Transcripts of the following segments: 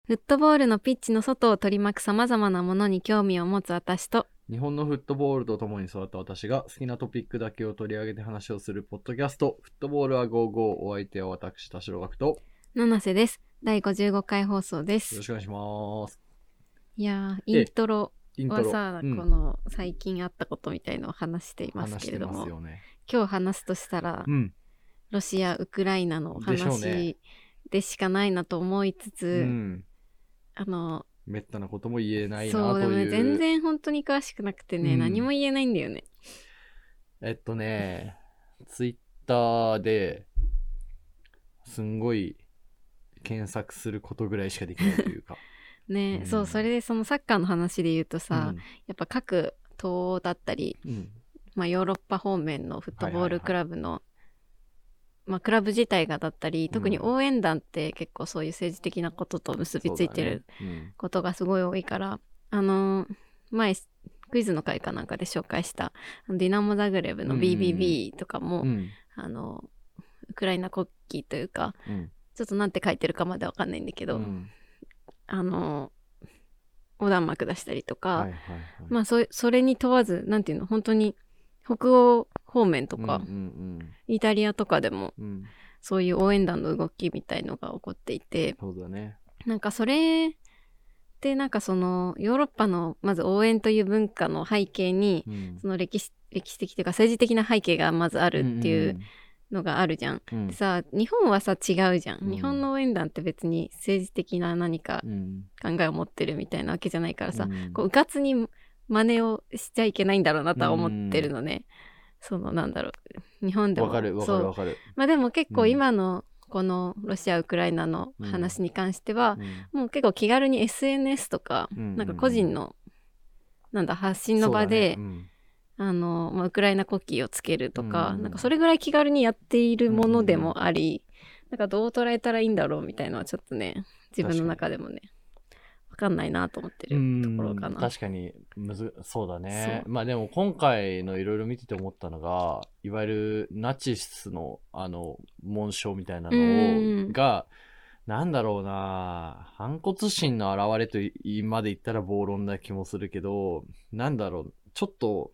フットボールのピッチの外を取り巻く様々なものに興味を持つ私と、 日本のフットボールと共に育った私が好きなトピックだけを取り上げて話をするポッドキャスト、フットボールは55。お相手は私、田代学と。 七瀬です。第55回放送です。 よろしくお願いします。 いやー、イントロはさ、 うん、 この最近あったことみたいのを話していますけれども、 話してますよね。 今日話すとしたら、ロシア・ウクライナの話でしかないなと思いつつ、 めったなことも言えないなという。 そうだね、全然本当に詳しくなくてね、何も言えないんだよね。 ツイッターですんごい検索することぐらいしかできないというかね、そう、それでそのサッカーの話で言うとさ、やっぱ各党だったり、ヨーロッパ方面のフットボールクラブの、クラブ自体がだったり、特に応援団って結構そういう政治的なことと結びついてることがすごい多いから、前クイズの回かなんかで紹介したディナモザグレブの BBB とかも、ウクライナ国旗というか、ちょっとなんて書いてるかまでわかんないんだけど、横断幕出したりとか、それに問わず、なんていうの、本当に北欧方面とか、イタリアとかでも、そういう応援団の動きみたいのが起こっていて、 そうだね。 なんかそれでなんかそのヨーロッパのまず応援という文化の背景に、その歴史的というか政治的な背景がまずあるっていうのがあるじゃん。でさ、日本はさ違うじゃん。日本の応援団って別に政治的な何か考えを持ってるみたいなわけじゃないからさ、こううかつに真似をしちゃいけないんだろうなとは思ってるのね。そのなんだろう、日本でもわかる。 でも結構今のこのロシア・ウクライナの話に関しては、もう結構気軽に SNS とか、なんか個人の発信の場で、ウクライナ国旗をつけるとか、なんかそれぐらい気軽にやっているものでもあり、なんかどう捉えたらいいんだろうみたいなのはちょっとね、自分の中でもね、わかんないなと思ってるところかな。 確かにそうだね。まあでも今回のいろいろ見てて思ったのが、いわゆるナチスの紋章みたいなのが、なんだろうな、反骨心の表れとまで言ったら暴論な気もするけど、なんだろう、ちょっと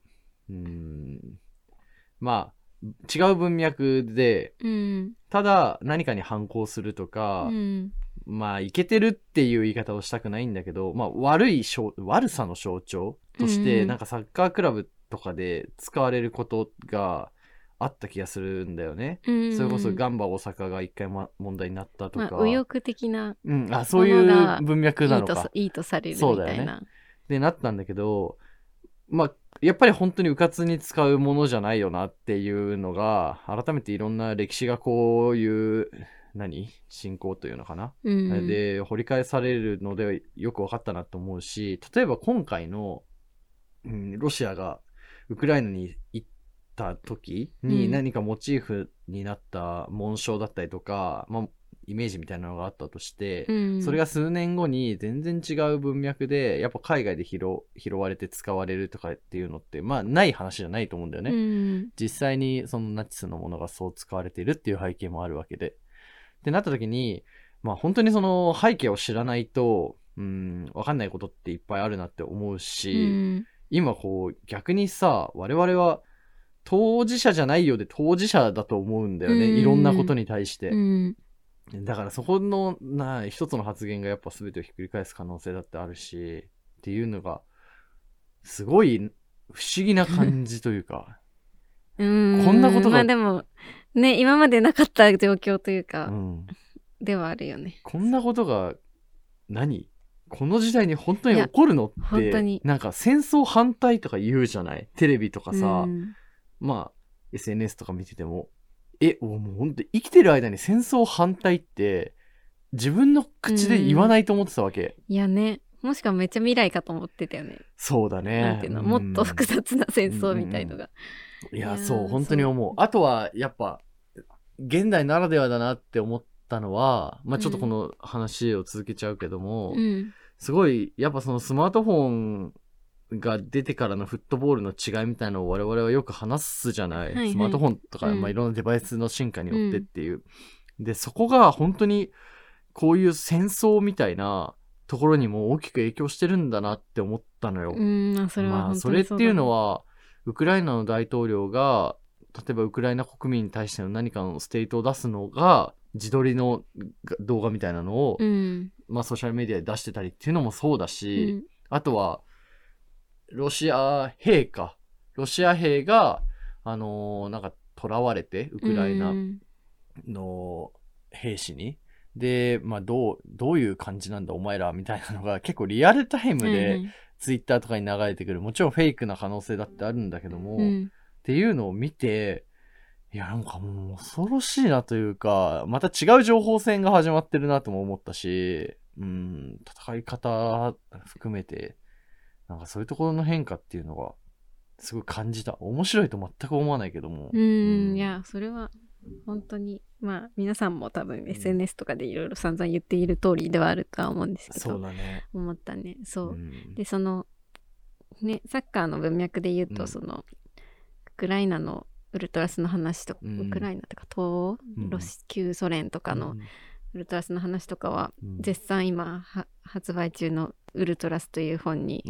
まあ違う文脈で、ただ何かに反抗するとか、まあイケてるっていう言い方をしたくないんだけど、まあ悪さの象徴として、なんかサッカークラブとかで使われることがあった気がするんだよね。それこそガンバ大阪が一回問題になったとか、 右翼的なそういう文脈なのか、 いいとされるみたいな。そうだよね。 でなったんだけど、まあやっぱり本当にうかつに使うものじゃないよなっていうのが、改めていろんな歴史がこういう信仰というのかな、で掘り返されるのでよく分かったなと思うし、例えば今回の、ロシアがウクライナに行った時に何かモチーフになった紋章だったりとか、イメージみたいなのがあったとして、それが数年後に全然違う文脈でやっぱ海外で拾われて使われるとかっていうのってない話じゃないと思うんだよね。実際にそのナチスのものがそう使われているっていう背景もあるわけで、ってなった時に、本当にその背景を知らないと分かんないことっていっぱいあるなって思うし、今こう逆にさ、我々は当事者じゃないようで当事者だと思うんだよね、いろんなことに対して。だからそこの一つの発言がやっぱ全てをひっくり返す可能性だってあるしっていうのがすごい不思議な感じというかこんなことがでもね、今までなかった状況というか、ではあるよね。こんなことがこの時代に本当に起こるのって、 本当になんか戦争反対とか言うじゃない、テレビとかさ、SNS とか見てても、もう本当に生きてる間に戦争反対って自分の口で言わないと思ってたわけ。 いやね、もしかめっちゃ未来かと思ってたよね。 そうだね。 なんていうの、もっと複雑な戦争みたいのが。 いや、そう、本当に思う。あとはやっぱ現代ならではだなって思ったのは、ちょっとこの話を続けちゃうけども、すごいやっぱそのスマートフォンが出てからのフットボールの違いみたいなのを我々はよく話すじゃない、スマートフォンとか、いろんなデバイスの進化によってっていう、でそこが本当にこういう戦争みたいなところにも大きく影響してるんだなって思ったのよ。 それは本当にそれっていうのはウクライナの大統領が例えばウクライナ国民に対しての何かのステートを出すのが自撮りの動画みたいなのを、ソーシャルメディアで出してたりっていうのもそうだし、あとはロシア兵がなんか囚われてウクライナの兵士にで、どういう感じなんだお前らみたいなのが結構リアルタイムでツイッターとかに流れてくる、もちろんフェイクな可能性だってあるんだけども、っていうのを見て、いやなんかもう恐ろしいなというか、また違う情報戦が始まってるなとも思ったし、戦い方含めてなんかそういうところの変化っていうのがすごい感じた。面白いと全く思わないけども。 いやそれは本当に皆さんも多分 SNS とかでいろいろ散々言っている通りではあるとは思うんですけど、 そうだね。 思ったね。そう。でそのねサッカーの文脈で言うと、そのウクライナのウルトラスの話とか、ウクライナとか旧ソ連とかのウルトラスの話とかは、絶賛今発売中のウルトラスという本に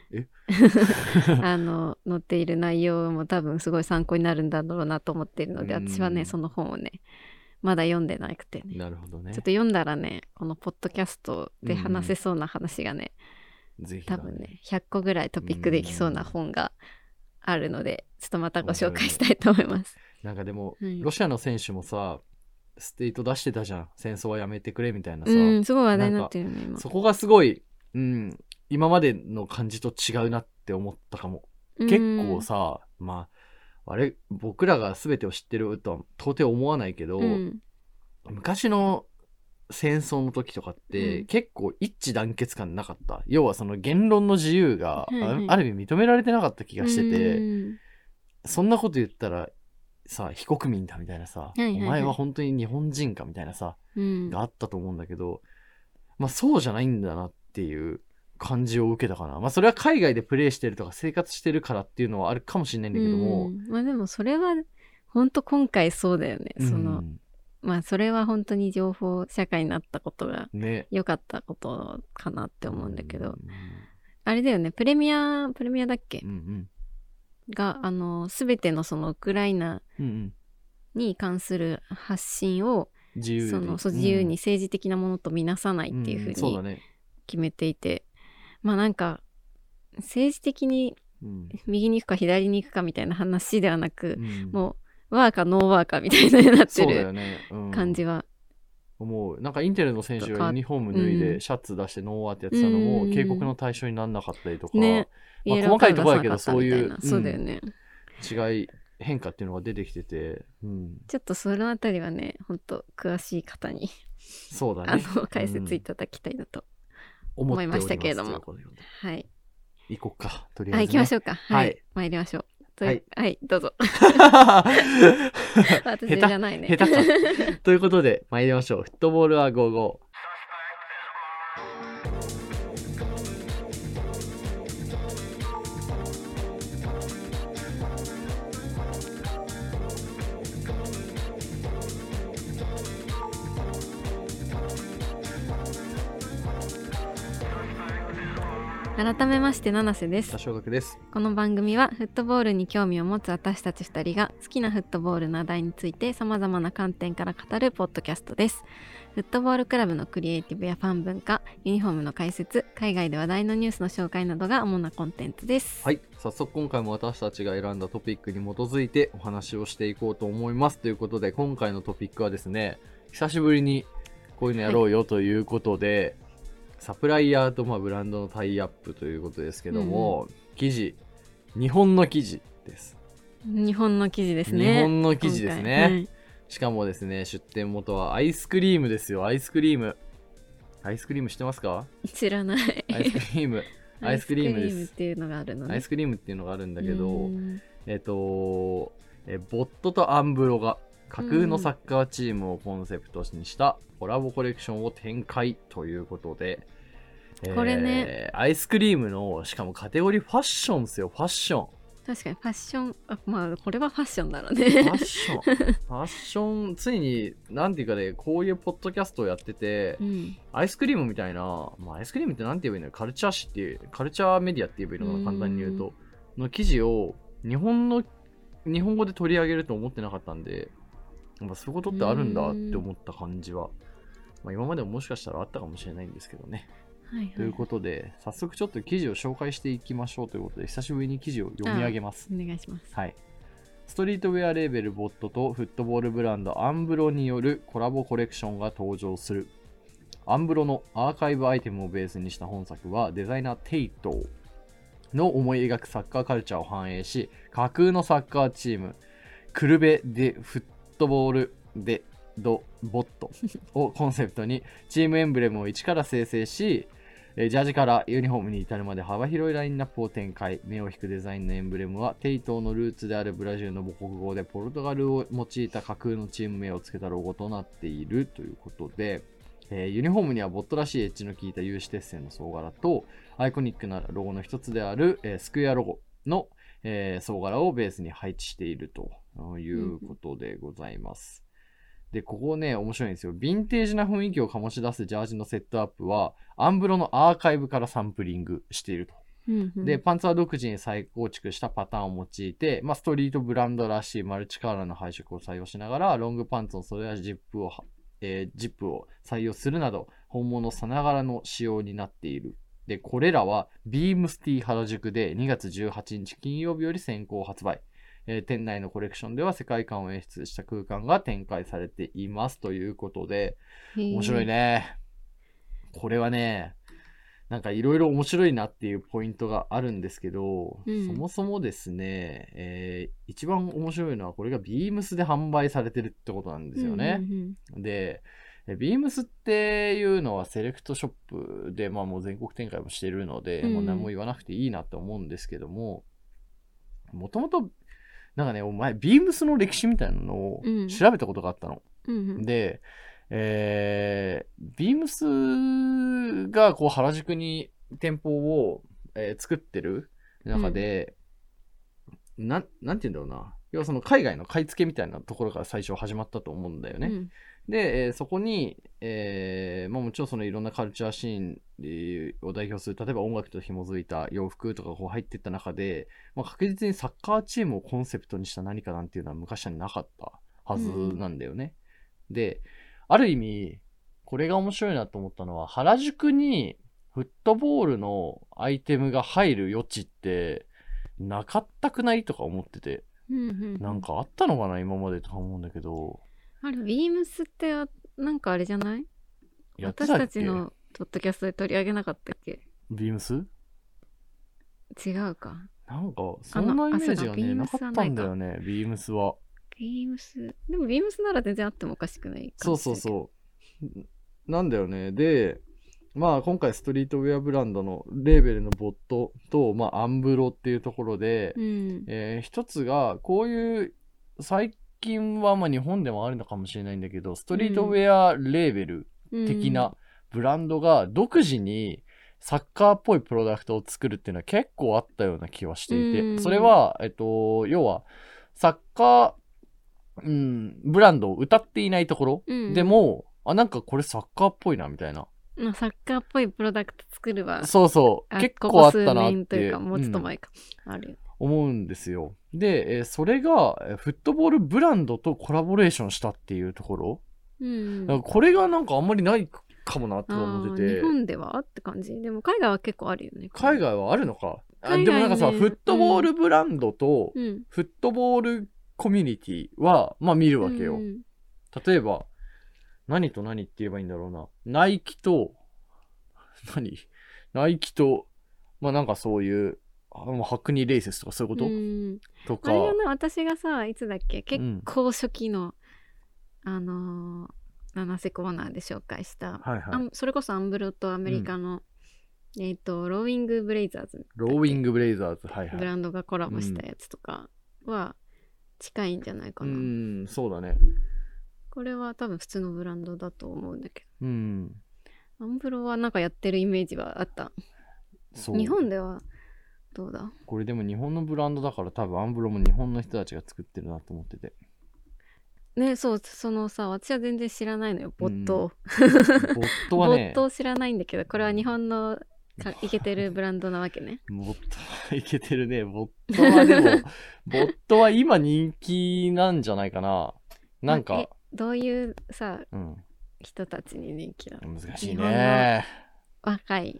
載っている内容も多分すごい参考になるんだろうなと思っているので、私はねその本をねまだ読んでなくてね。 なるほどね。 ちょっと読んだらねこのポッドキャストで話せそうな話がね、多分ね100個ぐらいトピックできそうな本があるので、ちょっとまたご紹介したいと思います。 なんかでも、ロシアの選手もさステート出してたじゃん、戦争はやめてくれみたいなさ、 すごい話題になってるね今。 そこがすごい、今までの感じと違うなって思ったかも。結構さ、僕らが全てを知ってるとは到底思わないけど、昔の戦争の時とかって、結構一致団結感なかった。要はその言論の自由が、ある意味認められてなかった気がしてて、そんなこと言ったらさ非国民だみたいなさ、お前は本当に日本人かみたいなさ、があったと思うんだけど、そうじゃないんだなっていう感じを受けたかな。それは海外でプレイしてるとか生活してるからっていうのはあるかもしれないんだけども、 でもそれは本当今回そうだよね。それは本当に情報社会になったことが良かったことかなって思うんだけど、あれだよね、プレミアだっけ、が全てのそのウクライナに関する発信を自由に政治的なものとみなさないっていうふうに決めていて、なんか政治的に右に行くか左に行くかみたいな話ではなく、もうワーかノーワーかみたいなになってる感じは思う。なんかインテルの選手がユニフォーム脱いでシャツ出してノーワーってやってたのも警告の対象にならなかったりとか、細かいところだけどそういうそうだよね、 違い変化っていうのが出てきてて、 ちょっとそのあたりはね本当詳しい方にそうだね解説いただきたいなと思いましたけれども、はい、 行こうか、とりあえず、 行きましょうか。はい、参りましょう。はい、どうぞ。私じゃないね。 下手か。ということで参りましょう。フットボールは55。 改めまして七瀬です。 小学です。 この番組はフットボールに興味を持つ私たち2人が好きなフットボールの話題について様々な観点から語るポッドキャストです。フットボールクラブのクリエイティブやファン文化、ユニフォームの解説、海外で話題のニュースの紹介などが主なコンテンツです。 はい、早速今回も私たちが選んだトピックに基づいてお話をしていこうと思います。ということで今回のトピックはですね、久しぶりにこういうのやろうよということで、サプライヤーとブランドのタイアップということですけども、記事、日本の記事です。 日本の記事ですね。 日本の記事ですね。しかもですね、出店元はアイスクリームですよ。アイスクリーム知ってますか？ 知らない。 アイスクリームです。 アイスクリームっていうのがあるのね。 アイスクリームっていうのがあるんだけど、ボットとアンブロが架空のサッカーチームをコンセプトにしたコラボコレクションを展開ということで、 これね、 アイスクリームのしかもカテゴリーファッションですよ。ファッション。 確かにファッション、まあこれはファッションだろうね。 ファッション、ついに、なんていうかね、こういうポッドキャストをやってて、アイスクリームみたいな、まあアイスクリームってなんて言えばいいの？カルチャー誌っていう、カルチャーメディアって言えばいいのかな、簡単に言うと。の記事を、日本語で取り上げると思ってなかったんで、まあ、そういうことってあるんだって思った感じは、まあ、今までももしかしたらあったかもしれないんですけどね。 はいはい、 ということで、早速ちょっと記事を紹介していきましょうということで、久しぶりに記事を読み上げます。 お願いします。 はい。ストリートウェアレーベルボットとフットボールブランドアンブロによるコラボコレクションが登場する。アンブロのアーカイブアイテムをベースにした本作は、デザイナーテイトの思い描くサッカーカルチャーを反映し、架空のサッカーチーム、クルベ・デ・フットボール・デ・ド・ボットをコンセプトに、チームエンブレムを一から生成し、ジャージからユニフォームに至るまで幅広いラインナップを展開。目を引くデザインのエンブレムは、テイトーのルーツであるブラジルの母国語でポルトガルを用いた架空のチーム名を付けたロゴとなっているということで、ユニフォームにはボットらしいエッジの効いた有刺鉄線の総柄と、アイコニックなロゴの一つである、スクエアロゴの、総柄をベースに配置しているということでございます。で、ここね、面白いんですよ。ヴィンテージな雰囲気を醸し出すジャージのセットアップは、アンブロのアーカイブからサンプリングしていると。で、パンツは独自に再構築したパターンを用いて、ストリートブランドらしいマルチカラーの配色を採用しながら、ロングパンツの袖やジップを採用するなど、本物さながらの仕様になっている。で、これらは、ビームスティ原宿で2月18日金曜日より先行発売。店内のコレクションでは世界観を演出した空間が展開されていますということで、面白いね。これはね、なんかいろいろ面白いなっていうポイントがあるんですけど、そもそもですね、一番面白いのはこれがビームスで販売されてるってことなんですよね。で、ビームスっていうのはセレクトショップで、もう全国展開もしているので、もう何も言わなくていいなと思うんですけども、もともとなんかね、お前、ビームスの歴史みたいなのを調べたことがあったの。で、ビームスがこう原宿に店舗を、作ってる中で、なんて言うんだろうな。要はその海外の買い付けみたいなところから最初始まったと思うんだよね。で、そこに、もちろんそのいろんなカルチャーシーンを代表する、例えば音楽と紐づいた洋服とかこう入っていった中で、確実にサッカーチームをコンセプトにした何かなんていうのは昔はなかったはずなんだよね。で、ある意味、これが面白いなと思ったのは、原宿にフットボールのアイテムが入る余地ってなかったくないとか思ってて、なんかあったのかな今までとか思うんだけど、 あれ、ビームスってなんかあれじゃない？私たちのポッドキャストで取り上げなかったっけ？ ビームス？ 違うか。 なんか、そんなイメージがね、なかったんだよね、ビームスは。 ビームス。でもビームスなら全然あってもおかしくないかもしれない。 そうなんだよね。で、今回ストリートウェアブランドのレーベルのボットと、アンブロっていうところで、一つが、こういう最近は日本でもあるのかもしれないんだけど、ストリートウェアレーベル的なブランドが独自にサッカーっぽいプロダクトを作るっていうのは結構あったような気はしていて、それは、要はサッカー、ブランドを歌っていないところ、でも、なんかこれサッカーっぽいなみたいな。 サッカーっぽいプロダクト作るわ。 結構あったなって。 というか、もうちょっと前か。あるよ。 思うんですよ。で、それがフットボールブランドとコラボレーションしたっていうところ、これがなんかあんまりないかもなって思ってて。 日本ではって感じ。でも海外は結構あるよね。 海外はあるのか。でもなんかさ、フットボールブランドとフットボールコミュニティは見るわけよ。例えば何と何って言えばいいんだろうな。ナイキとなんかそういうハクニーレイセスとかそういうこととか。 あれよね、私がさ、いつだっけ、結構初期の、七瀬コーナーで紹介した、それこそアンブロとアメリカの、ローウィングブレイザーズ。 ローウィングブレイザーズ、 ブランドがコラボしたやつとかは近いんじゃないかな。 そうだね。 これは多分普通のブランドだと思うんだけど。アンブロはなんかやってるイメージはあった。日本ではどうだ。 これでも日本のブランドだから多分アンブロも日本の人たちが作ってるなと思ってて。 ね、そうそのさ、私は全然知らないのよ、ボットを。 ボットはね、 ボットを知らないんだけど、これは日本のイケてるブランドなわけね。 ボットはいけてるね。ボットはでもボットは今人気なんじゃないかな。なんかどういうさ、人たちに人気なの？ 難しいね。 若い。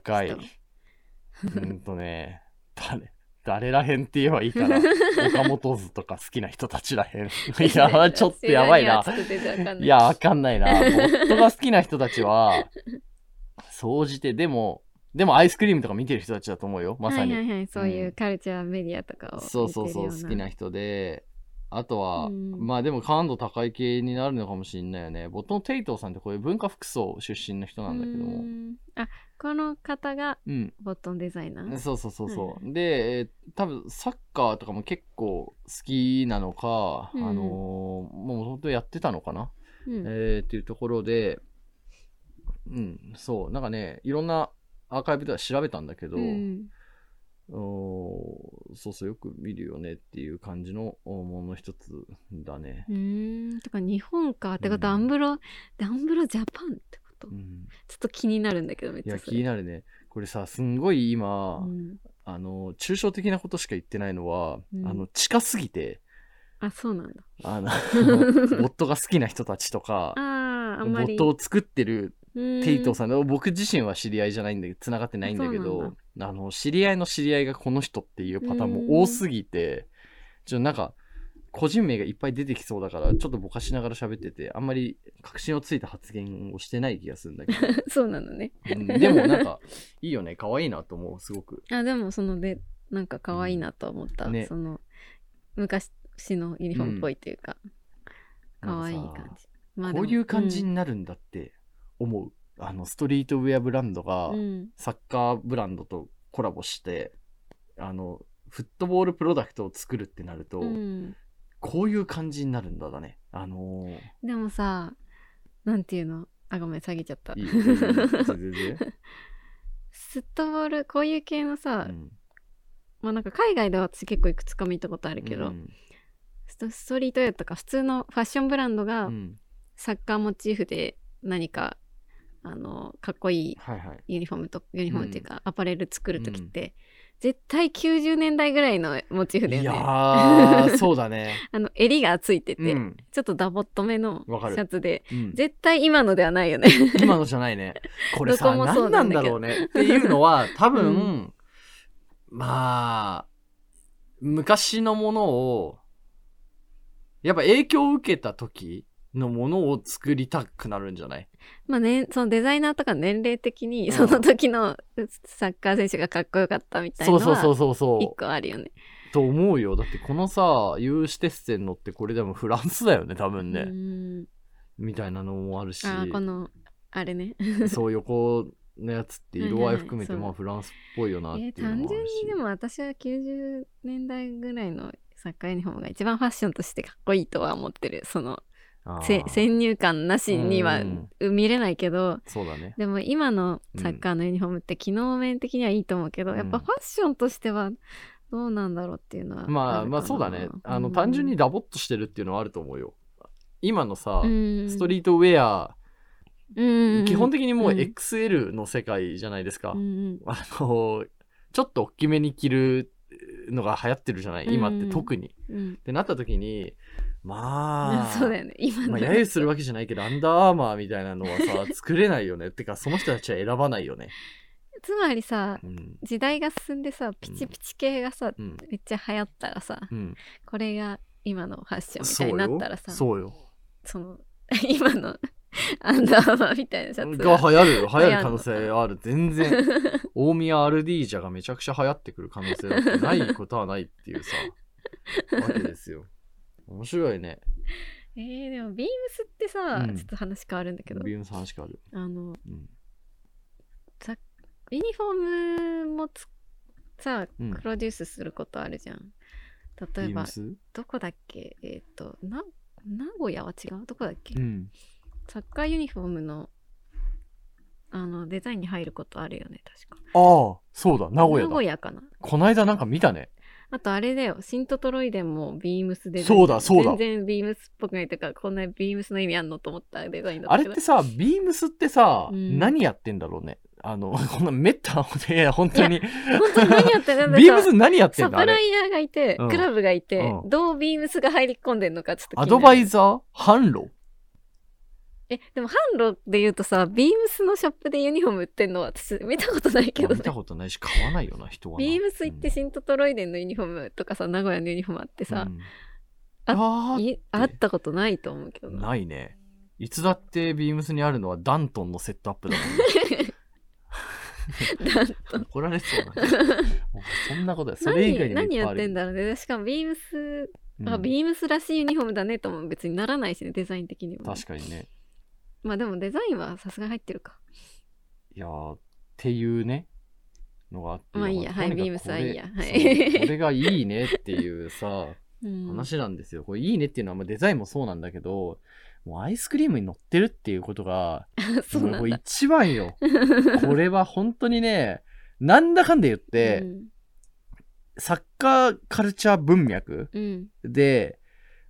ね、誰らへんって言えばいいかな。岡本図とか好きな人たちらへん。いや、ちょっとやばいな。いや、わかんないな。ボットが好きな人たちは、総じて、でもアイスクリームとか見てる人たちだと思うよ。まさに。 はいはいはい。そういうカルチャーメディアとかを見てるような。 そう、好きな人で、あとは、まあでも感度高い系になるのかもしれないよね。ボットのテイトーさんってこういう文化服装出身の人なんだけども。 あ、この方がボットンデザイナー、 そう。で、多分サッカーとかも結構好きなのか、もう本当やってたのかな、っていうところで、そう、なんかね、いろんなアーカイブでは調べたんだけど、そうよく見るよねっていう感じのもの一つだね。 とか日本かってことはアンブロジャパンってこと、ちょっと気になるんだけどめっちゃ。 いや気になるね。これさすんごい今、抽象的なことしか言ってないのは、近すぎて。 あ、そうなんだ。 ボットが好きな人たちとか、 あんまりボットを作ってるテイトーさん、僕自身は知り合いじゃないんで繋がってないんだけど、知り合いの知り合いがこの人っていうパターンも多すぎて、なんか個人名がいっぱい出てきそうだから、ちょっとぼかしながら喋ってて、あんまり確信をついた発言をしてない気がするんだけど。 そうなのね。 でもなんかいいよね、可愛いなと思う、すごく。 でもなんか可愛いなと思った。ね、その昔のユニフォームっぽいというか、可愛い感じ。 こういう感じになるんだって思う。ストリートウェアブランドがサッカーブランドとコラボして、フットボールプロダクトを作るってなると、こういう感じになるんだね。 でもさ、なんていうの？ごめん、下げちゃった。フットボール、こういう系のさ、まあなんか海外では私結構いくつか見たことあるけど、ストリートウェアとか普通のファッションブランドがサッカーモチーフで何かかっこいいユニフォームっていうかアパレル作るときって、絶対90年代ぐらいのモチーフだよね。 いやーそうだね。 襟がついてて、ちょっとダボっとめのシャツで、絶対今のではないよね。 今のじゃないね。これさ、何なんだろうねっていうのは多分、まあ昔のものをやっぱ影響を受けた時のものを作りたくなるんじゃない？ まあね、そのデザイナーとか年齢的にその時のサッカー選手がかっこよかったみたいなのは一個あるよね。 と思うよ。だってこのさ、ユーシュテッセンのってこれでもフランスだよね、多分ね。みたいなのもあるし。 このあれね。 そう横のやつって色合い含めてまあフランスっぽいよなっていうのもあるし。 単純にでも私は90年代ぐらいのサッカーユニフォームが一番ファッションとしてかっこいいとは思ってる。その先入観なしには見れないけど、 そうだね。 でも今のサッカーのユニフォームって機能面的にはいいと思うけど、やっぱファッションとしてはどうなんだろうっていうのはまあそうだね。単純にダボっとしてるっていうのはあると思うよ。今のさ、ストリートウェア、基本的にもう XL の世界じゃないですか。ちょっと大きめに着るのが流行ってるじゃない、今って特に。ってなった時に、まあ、 そうだよね。今揶揄するわけじゃないけど、アンダーアーマーみたいなのはさ、作れないよね。ってか、その人たちは選ばないよね。 つまりさ、時代が進んでさ、ピチピチ系がさ、めっちゃ流行ったらさ、これが今のファッションみたいになったらさ、 そうよ。 その、今のアンダーアーマーみたいなシャツが流行る可能性ある。全然。大宮アルディージャがめちゃくちゃ流行ってくる可能性だってないことはないっていうさ、わけですよ。面白いね。 でもビームスってさ、ちょっと話変わるんだけど、 ビームス話変わる。 ユニフォームもさ、プロデュースすることあるじゃん。例えばどこだっけ、名古屋は違う、どこだっけ、サッカーユニフォームのデザインに入ることあるよね、確か。 ああ、そうだ、名古屋だ。 名古屋かな。 こないだなんか見たね。 あとあれだよ、シントトロイデンもビームスデザイン。 そうだ。 全然ビームスっぽくないというか、こんなビームスの意味あんのと思ったデザインだったけど。 あれってさ、ビームスってさ、 何やってんだろうね。こんなめったで、本当に。 本当に何やってんだろう。 ビームス何やってんだサプライヤーがいて、クラブがいて、どうビームスが入り込んでんのかちょっと気になる。 アドバイザー販路でも販路で言うとさ、ビームスのショップでユニフォーム売ってんのは私見たことないけどね。 見たことないし買わないよな、人はな。 ビームス行ってシントトロイデンのユニフォームとかさ、名古屋のユニフォームあってさ、あったことないと思うけどないね。いつだってビームスにあるのはダントンのセットアップだもんね。 ダントン。 怒られそうだね。そんなことだ。それ以外にもいっぱいある。 何やってんだろうね。しかもビームス、ビームスらしいユニフォームだねとも別にならないしね、デザイン的にも。 確かにね。 まあでもデザインはさすがに入ってるか。 いやー、っていうね、のがあって。 まあいいや、はい、ビームスはいいや。はい 。これがいいねっていうさ、話なんですよ。これいいねっていうのは、デザインもそうなんだけど、もうアイスクリームに乗ってるっていうことが、 そうなんだ。 一番よ。これは本当にね、なんだかんで言って、サッカーカルチャー文脈で、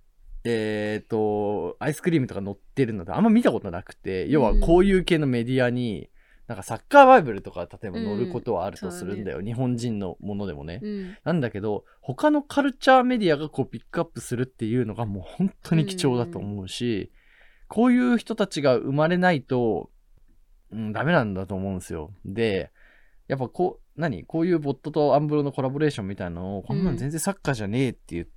アイスクリームとか載ってるのであんま見たことなくて、要はこういう系のメディアに、なんかサッカーバイブルとか例えば載ることはあるとするんだよ。日本人のものでもね。なんだけど、他のカルチャーメディアがこうピックアップするっていうのがもう本当に貴重だと思うし、こういう人たちが生まれないと、ダメなんだと思うんですよ。で、やっぱこういうボットとアンブロのコラボレーションみたいなのを、こんなん全然サッカーじゃねえって言って、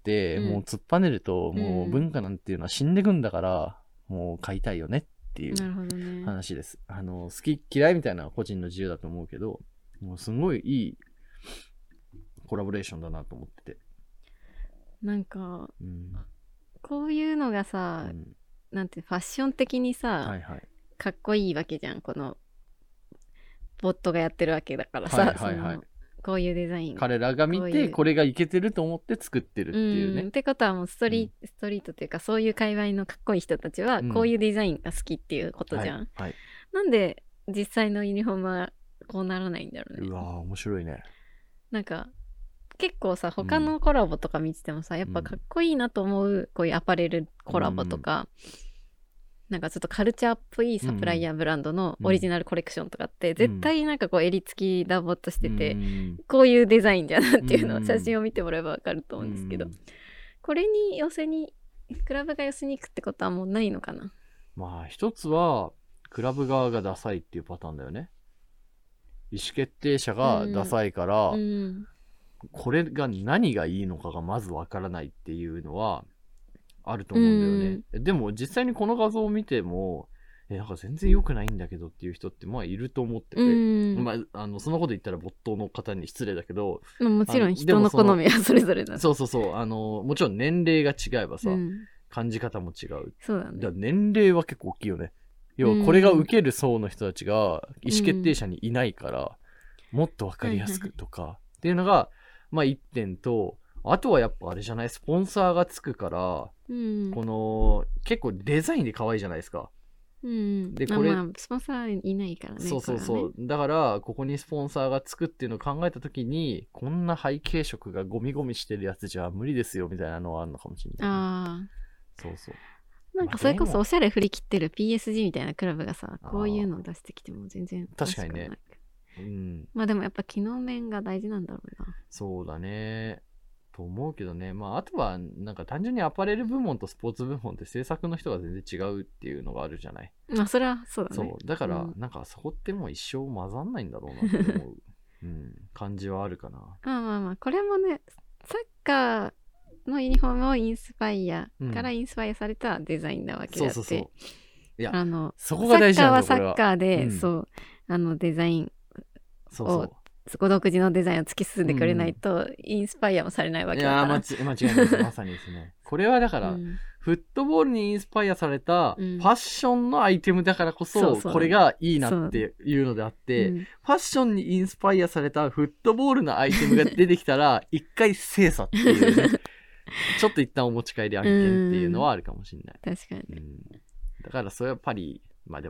もう突っぱねると、もう文化なんていうのは死んでくんだから、もう買いたいよねっていう話です。好き嫌いみたいなのは個人の自由だと思うけど、もうすごいいいコラボレーションだなと思ってて。 なんか、こういうのがさ、なんてファッション的にさ、かっこいいわけじゃん、このボットがやってるわけだからさ、こういうデザイン彼らが見てこれがいけてると思って作ってるっていうね。 ってことはもうストリートというかそういう界隈のかっこいい人たちはこういうデザインが好きっていうことじゃん。なんで実際のユニフォームはこうならないんだろうね。 うわー面白いね。 なんか結構さ他のコラボとか見ててもさ、やっぱかっこいいなと思うこういうアパレルコラボとか、なんかちょっとカルチャーっぽいサプライヤーブランドのオリジナルコレクションとかって、絶対なんかこう襟付きダボっとしてて、こういうデザインじゃなっていうのを写真を見てもらえばわかると思うんですけど、これにクラブが寄せに行くってことはもうないのかな。 まあ一つはクラブ側がダサいっていうパターンだよね。意思決定者がダサいから、これが何がいいのかがまずわからないっていうのはあると思うんだよね。でも実際にこの画像を見ても、なんか全然良くないんだけどっていう人ってまあいると思ってて、まあ、そのこと言ったら没頭の方に失礼だけど、 もちろん人の好みはそれぞれだ。 そうもちろん年齢が違えばさ、感じ方も違う。 そうだね。 だから年齢は結構大きいよね。要はこれが受ける層の人たちが意思決定者にいないから、もっとわかりやすくとかっていうのがまあ一点と、あとはやっぱあれじゃない、スポンサーがつくから、この結構デザインで可愛いじゃないですか。 でこれ、スポンサーいないからね。 そうだからここにスポンサーがつくっていうのを考えたときに、こんな背景色がゴミゴミしてるやつじゃ無理ですよみたいなのはあるのかもしれない。そうなんかそれこそおしゃれ振り切ってる PSG みたいなクラブがさ、こういうのを出してきても全然確かにね。 まあでもやっぱ機能面が大事なんだろうな。 そうだね。と思うけどね。まああとはなんか単純にアパレル部門とスポーツ部門って制作の人が全然違うっていうのがあるじゃない。 まあそれはそうだね。 そうだからなんかそこってもう一生混ざんないんだろうなって思う、感じはあるかな。 まあこれもね、サッカーのユニフォームをインスパイアからインスパイアされたデザインなわけであって、 いやそこが大事なんだ。 サッカーはサッカーで、デザインを独自のデザインを突き進んでくれないと、インスパイアもされないわけだから。 いや間違いないです。まさにですね。これはだから、フットボールにインスパイアされたファッションのアイテムだからこそ、これがいいなっていうのであって、ファッションにインスパイアされたフットボールのアイテムが出てきたら、一回精査っていうね、ちょっと一旦お持ち帰り案件っていうのはあるかもしれない。 確かに。 だからそれはパリ、まあでも、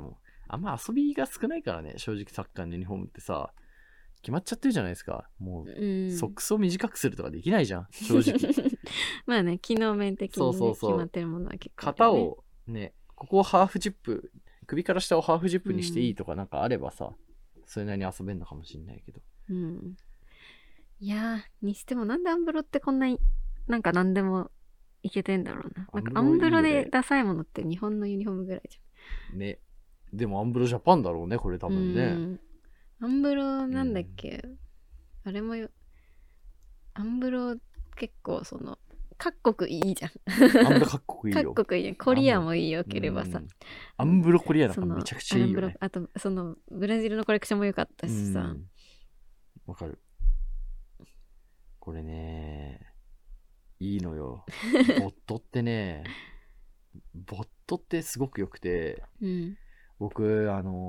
あんま遊びが少ないからね、正直サッカーのユニフォームってさ、決まっちゃってるじゃないですか。もう、ソックスを短くするとかできないじゃん、正直。 まあね、機能面的に、ね、 そう決まってるものは結構、ね、 型をね、ここをハーフジップ、首から下をハーフジップにしていいとかなんかあればさ、それなりに遊べんのかもしれないけど。 いやー、にしてもなんでアンブロってこんなになんか何でもいけてんだろうな。なんかアンブロでダサいものって日本のユニフォームぐらいじゃん。ね。でもアンブロジャパンだろうね、これ多分ね。 アンブロなんだっけ、あれもアンブロ結構その各国いいじゃん。 アンブロ各国いいよ。 各国いいよ。コリアもいいよければさ。 アンブロコリアなんかめちゃくちゃいいよね。 あとそのブラジルのコレクションも良かったしさ。 わかる。これね、いいのよ。ボットってね、ボットってすごく良くて、僕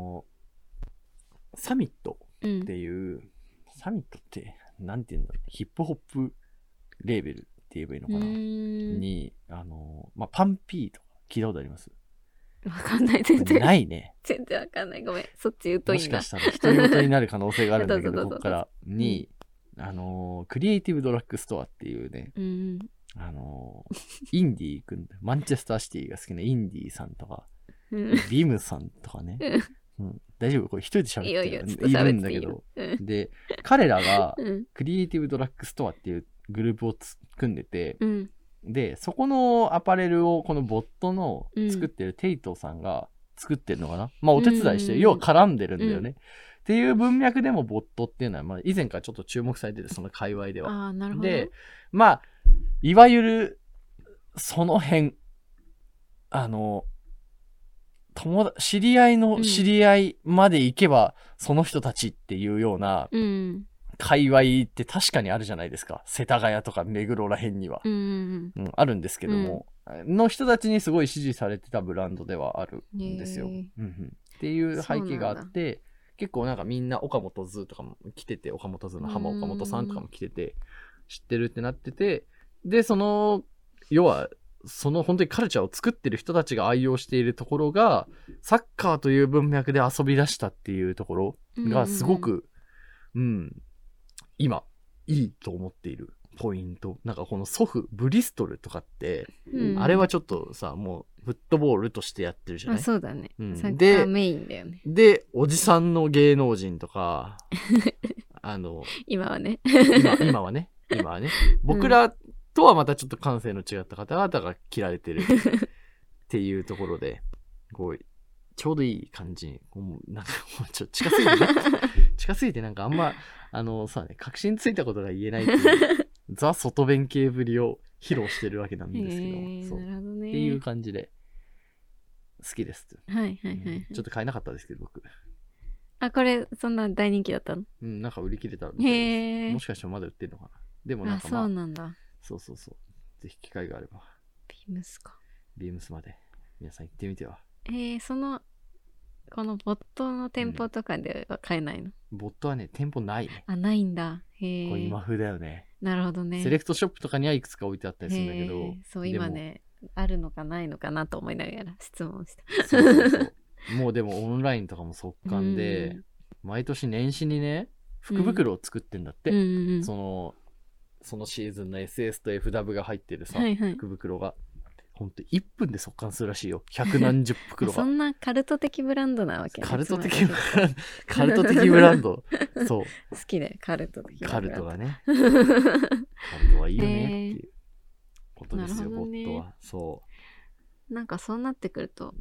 サミットっていう、サミットってなんていうんだろう、ヒップホップレーベルって言えばいいのかなにパンピーとか聞いたことあります？ わかんない、全然ないね。 全然わかんない、ごめん、そっち疎いな。 もしかしたら独り言になる可能性があるんだけどここからに、クリエイティブドラッグストアっていうね、インディーくん、マンチェスターシティが好きなインディーさんとか、ビムさんとかね、大丈夫？これ一人で喋っているんだけど、で彼らがクリエイティブドラッグストアっていうグループを組んでて、でそこのアパレルをこのボットの作ってるテイトさんが作ってるのかな、お手伝いしてる、要は絡んでるんだよね、っていう文脈でもボットっていうのは、以前からちょっと注目されてる、その界隈では。 なるほど。 でいわゆるその辺知り合いの知り合いまで行けば、その人たちっていうような界隈って確かにあるじゃないですか。世田谷とか目黒ら辺には、あるんですけども、の人たちにすごい支持されてたブランドではあるんですよ。っていう背景があって、結構なんかみんな岡本図とかも来てて、岡本図の浜岡本さんとかも来てて、知ってるってなってて、で要はその本当にカルチャーを作ってる人たちが愛用しているところがサッカーという文脈で遊び出したっていうところがすごく、今いいと思っているポイント。なんかこの祖父ブリストルとかって、あれはちょっとさ、もうフットボールとしてやってるじゃない？ そうだね、サッカーメインだよね。 でおじさんの芸能人とか今はね今はね僕らとはまたちょっと感性の違った方々が着られてるっていうところで、こうちょうどいい感じに、なんかもうちょっと近すぎてなんかあんま確信ついたことが言えないっていうザ外弁系ぶりを披露してるわけなんですけど、 なるほどね、 っていう感じで好きです。 ちょっと買えなかったですけど僕。 これそんな大人気だったの？ なんか売り切れたみたいです。もしかしたらまだ売ってるのかな。でもなんかそうなんだ。 そう。ぜひ機会があれば。 ビームスか。 ビームスまで皆さん行ってみては。 このボットの店舗とかでは買えないの？ ボットはね、店舗ないね。 ないんだ。 これ今風だよね。 なるほどね。 セレクトショップとかにはいくつか置いてあったりするんだけど。 そう、今ね、あるのかないのかなと思いながら質問した。 そうもうでもオンラインとかも速乾で、毎年年始にね、福袋を作ってんだって。そのシーズンの SS と FW が入ってるさ、福袋が。ほんと1分で速乾するらしいよ。百何十袋が。 そんなカルト的ブランドなわけね。 カルト的ブランド。そう。 好きだよ、カルト的ブランド。 カルトがね。カルトはいいよねっていうことですよ、ボットは。そう。 なんかそうなってくると、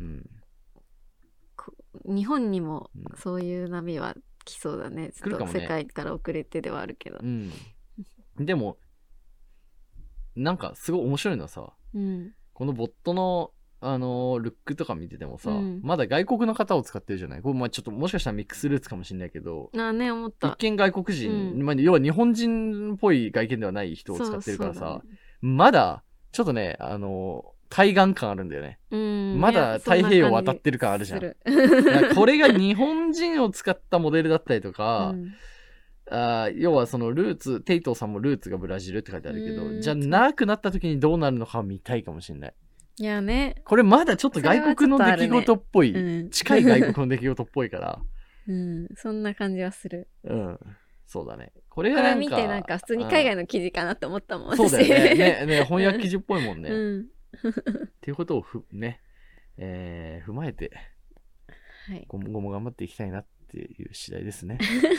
日本にもそういう波は来そうだね。ちょっと世界から遅れてではあるけど。 でも、なんかすごい面白いのはさ、このボットのルックとか見ててもさ、まだ外国の方を使ってるじゃない。これちょっともしかしたらミックスルーツかもしれないけど、 思った。 一見外国人、要は日本人っぽい外見ではない人を使ってるからさ、まだちょっとね、対岸感あるんだよね。まだ太平洋渡ってる感あるじゃん。これが日本人を使ったモデルだったりとか、要はそのルーツ、テイトーさんもルーツがブラジルって書いてあるけど、じゃなくなった時にどうなるのか見たいかもしれない。 いやね。 これまだちょっと外国の出来事っぽい、 ね、 近い外国の出来事っぽいから。 うん、そんな感じはする。 うん。そうだね。これが見てなんか普通に海外の記事かなって思ったもん。 そうだよね。ね、翻訳記事っぽいもんね。 うん。 っていうことをね、踏まえて、 はい、 今後も頑張っていきたいなっていう次第ですね。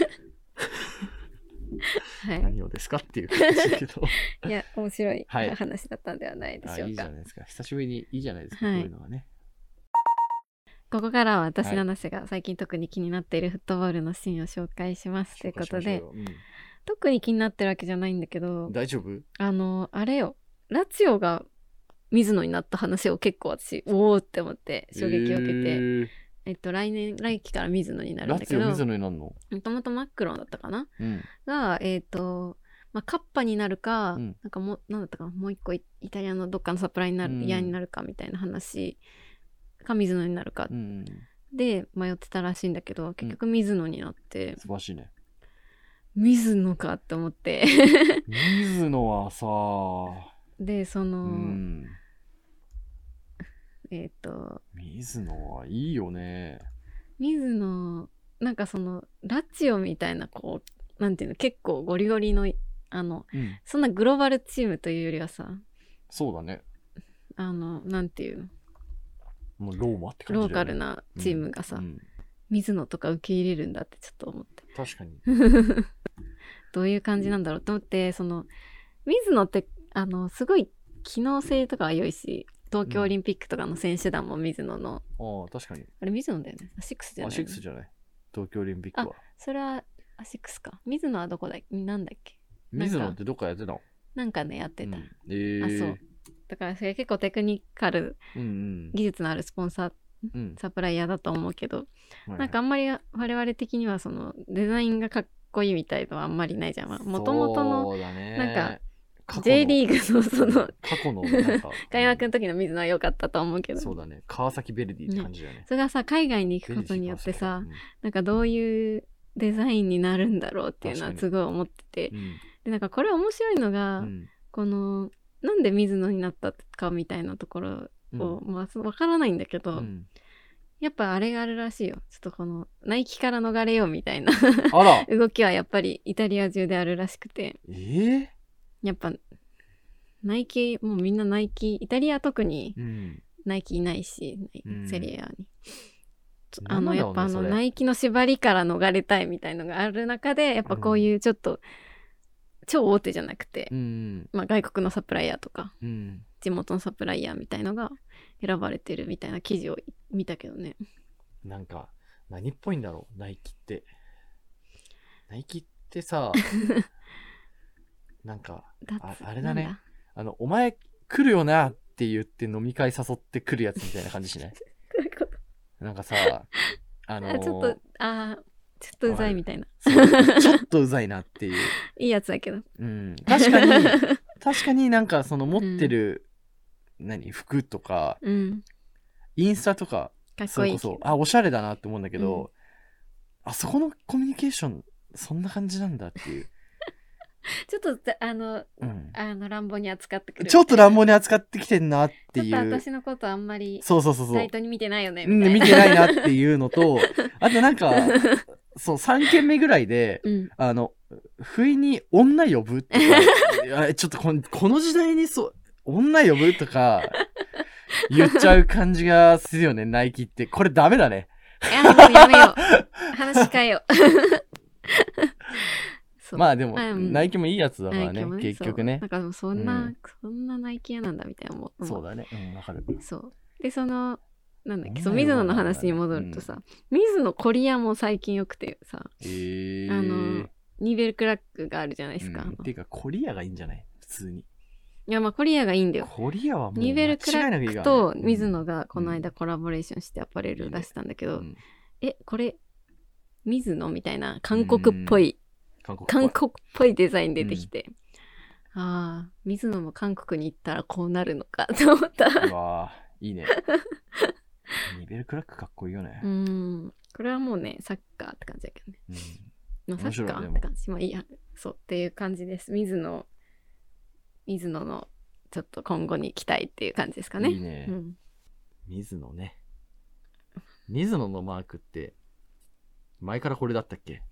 はい、 何をですかっていう感じだけど。 いや、面白い話だったんではないでしょうか。 いいじゃないですか。久しぶりにいいじゃないですか、こういうのはね。 ここからは私の話が最近特に気になっているフットボールのシーンを紹介しますということで、特に気になってるわけじゃないんだけど、 大丈夫？ あれよ、ラツィオが水野になった話を結構私、おーって思って衝撃を受けて、来期から水野になるんだけど、 ラツィオ水野になるの？ もともとマックロンだったかな、が、カッパになるか、なんだったかな、もう一個イタリアのどっかのサプライになる、嫌になるかみたいな話か水野になるか、で迷ってたらしいんだけど、結局水野になって、 素晴らしいね。 水野かって思って水野はさ、 でその、 水野はいいよね。 水野なんかそのラチオみたいなこうなんていうの、結構ゴリゴリのそんなグローバルチームというよりはさ、 そうだね、 なんていうの、 もうローマって感じだよね。 ローカルなチームがさ、水野とか受け入れるんだってちょっと思って。 確かにどういう感じなんだろうと思って、その水野ってすごい機能性とかは良いし、東京オリンピックとかの選手団も水野の、 確かにあれ水野だよね。アシックスじゃない、 アシックスじゃない、東京オリンピックは。 それはアシックスか。水野はどこだっけ、なんだっけ。 水野ってどっかやってたの？なんかね、やってた。 そうだからそれ結構テクニカル、技術のあるスポンサー、サプライヤーだと思うけど、なんかあんまり我々的にはそのデザインがかっこいいみたいのはあんまりないじゃん。もともとのなんかJ リーグのその過去のなんか開幕の時の水野は良かったと思うけど、 そうだね、川崎ベルディって感じだよね。 それがさ、海外に行くことによってさ、なんかどういうデザインになるんだろうっていうのはすごい思ってて、でなんかこれ面白いのが、このなんで水野になったかみたいなところを、まあわからないんだけど、やっぱあれがあるらしいよ。ちょっとこのナイキから逃れようみたいな動きはやっぱりイタリア中であるらしくて、やっぱナイキ、もうみんなナイキ、イタリア特にナイキいないし、セリアに。やっぱナイキの縛りから逃れたいみたいのがある中で、やっぱこういうちょっと超大手じゃなくて、まあ外国のサプライヤーとか、地元のサプライヤーみたいのが選ばれてるみたいな記事を見たけどね。 なんか何っぽいんだろう、ナイキって。ナイキってさなんかあれだね、お前来るよなって言って飲み会誘ってくるやつみたいな感じしないなんかさ、 ちょっとうざいみたいな。 ちょっとうざいなっていう。 いいやつだけど。 確かになんかその持ってる、服とか、インスタとか、 かっこいい。 おしゃれだなって思うんだけど、あそこのコミュニケーション、そんな感じなんだっていう。 ちょっと乱暴に扱ってくる。 ちょっと乱暴に扱ってきてんなっていう。 ちょっと私のことあんまりサイトに見てないよねみたいな。見てないなっていうのと、あとなんか、そう、3件目ぐらいで、不意に女呼ぶとか、ちょっとこの時代に女呼ぶとか言っちゃう感じがするよね、ナイキって。これダメだね。 やめよう。話変えよう。 まあでも、ナイキもいいやつだからね、結局ね。 なんかでもそんなナイキ屋なんだみたいな思う。 そうだね。わかる。 そう。で、なんだっけ、水野の話に戻るとさ、水野コリアも最近よくてさ、ニーベルクラックがあるじゃないですか。 っていうか、コリアがいいんじゃない普通に。 いや、まあコリアがいいんだよ。 コリアはもうニーベルクラックと水野がこの間コラボレーションしてアパレル出したんだけど、これ、水野みたいな韓国っぽいデザイン出てきて、水野も韓国に行ったらこうなるのかと思った。 うわー、いいね。ニベルクラックかっこいいよね。 これはもうね、サッカーって感じだけどね。サッカーって感じ。まあいいや。そうっていう感じです。水野のちょっと今後に期待っていう感じですかね。 いいね。水野ね。水野のマークって前からこれだったっけ？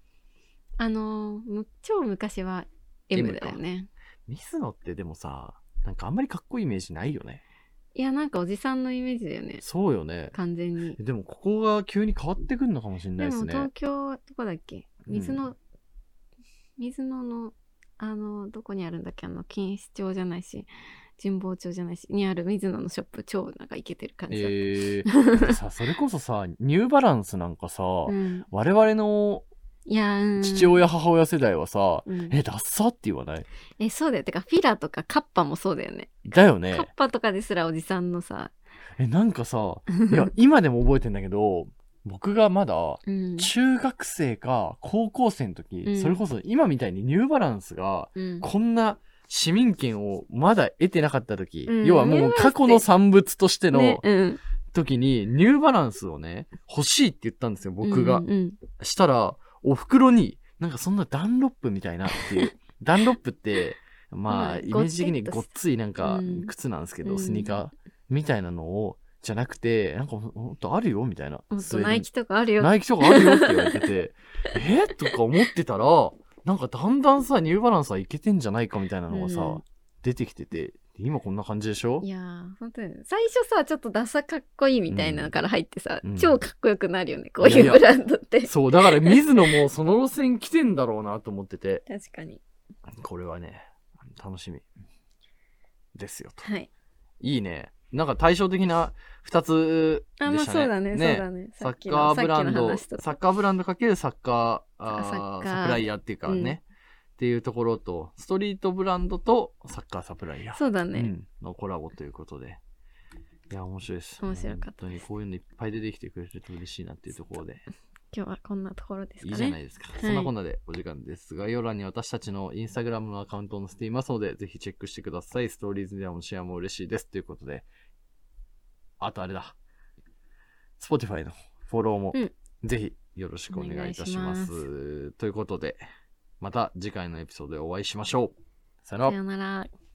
超昔は M だよね。 水野ってでもさ、なんかあんまりかっこいいイメージないよね。 いや、なんかおじさんのイメージだよね。 そうよね。 完全に。 でもここが急に変わってくんのかもしれないですね。 でも東京、どこだっけ？水野の、どこにあるんだっけ？錦糸町じゃないし、神保町じゃないし、にある水野のショップ、超なんかイケてる感じだった。 だってさ、それこそさ、ニューバランスなんかさ、我々の父親母親世代はさ、ダッサって言わない？ そうだよ。てかフィラとかカッパもそうだよね。 だよね。 カッパとかですらおじさんのさ、 なんかさ、いや今でも覚えてんだけど、僕がまだ中学生か高校生の時、それこそ今みたいにニューバランスがこんな市民権をまだ得てなかった時、要はもう過去の産物としての時にニューバランスをね欲しいって言ったんですよ、僕が。したらお袋になんかそんなダンロップみたいなっていうダンロップってまあイメージ的にごっついなんか靴なんですけど、スニーカーみたいなのをじゃなくて、なんかほんとあるよみたいな。 ナイキとかあるよ。 ナイキとかあるよって言われてて、とか思ってたら、なんかだんだんさ、ニューバランスはいけてんじゃないかみたいなのがさ、出てきてて、今こんな感じでしょ？ いやー、本当に。最初さ、ちょっとダサかっこいいみたいなのから入ってさ、超かっこよくなるよね、こういうブランドって。 そう、だから水野もその路線来てんだろうなと思ってて。 確かに。 これはね、楽しみですよと。 はい。 いいね。なんか対照的な2つでしたね。 そうだね、そうだね。 サッカーブランド、サッカーブランドかけるサッカーサプライヤーっていうかね、っていうところと、ストリートブランドとサッカーサプライヤー。 そうだね。 のコラボということで。いや、面白いです。 面白かったです。 本当にこういうのいっぱい出てきてくれると嬉しいなっていうところで。 今日はこんなところですかね。 いいじゃないですか。そんなこんなでお時間です。概要欄に私たちのインスタグラムのアカウントを載せていますので、ぜひチェックしてください。ストーリーズでもシェアも嬉しいです。ということで。あとあれだ。Spotify のフォローもぜひよろしくお願いいたします。ということで、また次回のエピソードでお会いしましょう。さよなら。 さよなら。